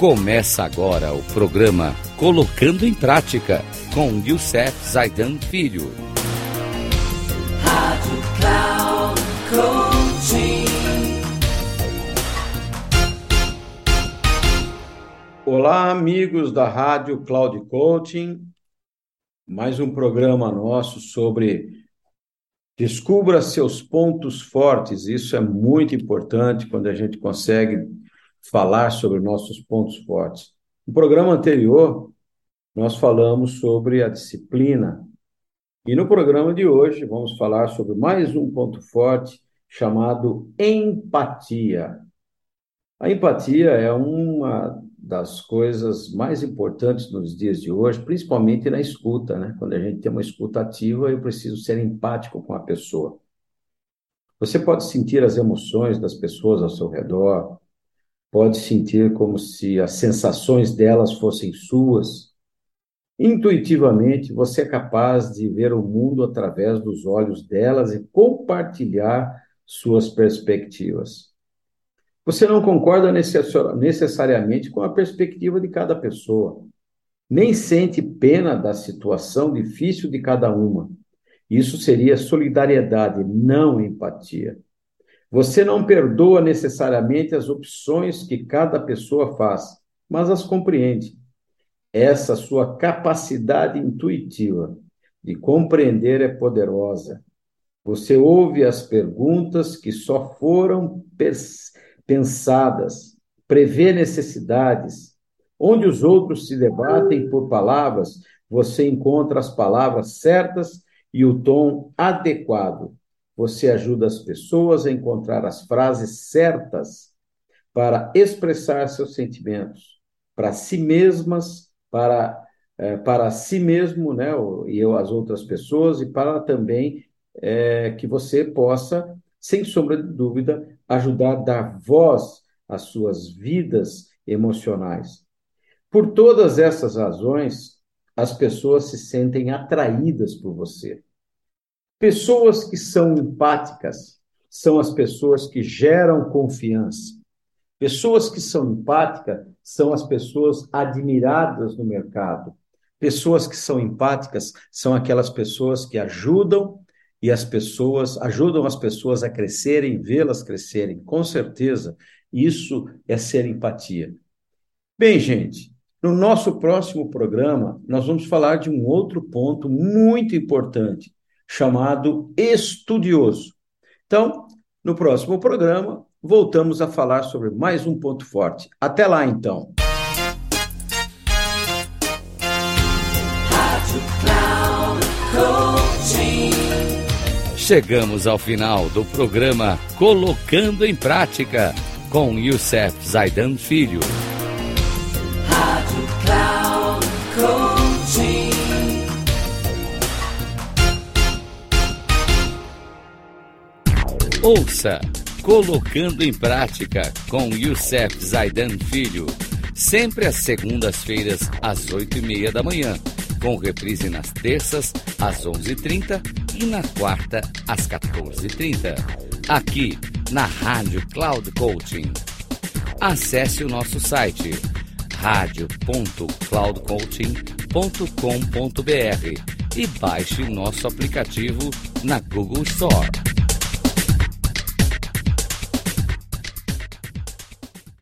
Começa agora o programa Colocando em Prática, com Youssef Zaidan Filho. Rádio Cloud Coaching. Olá, amigos da Rádio Cloud Coaching. Mais um programa nosso sobre descubra seus pontos fortes. Isso é muito importante quando a gente consegue falar sobre nossos pontos fortes. No programa anterior, nós falamos sobre a disciplina. E no programa de hoje, vamos falar sobre mais um ponto forte chamado empatia. A empatia é uma das coisas mais importantes nos dias de hoje, principalmente na escuta, né? Quando a gente tem uma escuta ativa, eu preciso ser empático com a pessoa. Você pode sentir as emoções das pessoas ao seu redor, pode sentir como se as sensações delas fossem suas. Intuitivamente, você é capaz de ver o mundo através dos olhos delas e compartilhar suas perspectivas. Você não concorda necessariamente com a perspectiva de cada pessoa, nem sente pena da situação difícil de cada uma. Isso seria solidariedade, não empatia. Você não perdoa necessariamente as opções que cada pessoa faz, mas as compreende. Essa sua capacidade intuitiva de compreender é poderosa. Você ouve as perguntas que só foram pensadas, prevê necessidades. Onde os outros se debatem por palavras, você encontra as palavras certas e o tom adequado. Você ajuda as pessoas a encontrar as frases certas para expressar seus sentimentos, para si mesmas, para si mesmo, né, e as outras pessoas, e para também que você possa, sem sombra de dúvida, ajudar a dar voz às suas vidas emocionais. Por todas essas razões, as pessoas se sentem atraídas por você. Pessoas que são empáticas são as pessoas que geram confiança. Pessoas que são empáticas são as pessoas admiradas no mercado. Pessoas que são empáticas são aquelas pessoas que ajudam e ajudam as pessoas a crescerem, vê-las crescerem. Com certeza, isso é ser empatia. Bem, gente, no nosso próximo programa, nós vamos falar de um outro ponto muito importante, chamado estudioso. Então, no próximo programa, voltamos a falar sobre mais um ponto forte. Até lá, então. Chegamos ao final do programa Colocando em Prática, com Youssef Zaidan Filho. Rádio Cloud Coaching. Ouça Colocando em Prática, com Youssef Zaidan Filho, sempre às segundas-feiras, às 8h30 da manhã, com reprise nas terças, às 11h30 e na quarta, às 14h30, aqui na Rádio Cloud Coaching. Acesse o nosso site radio.cloudcoaching.com.br e baixe nosso aplicativo na Google Store.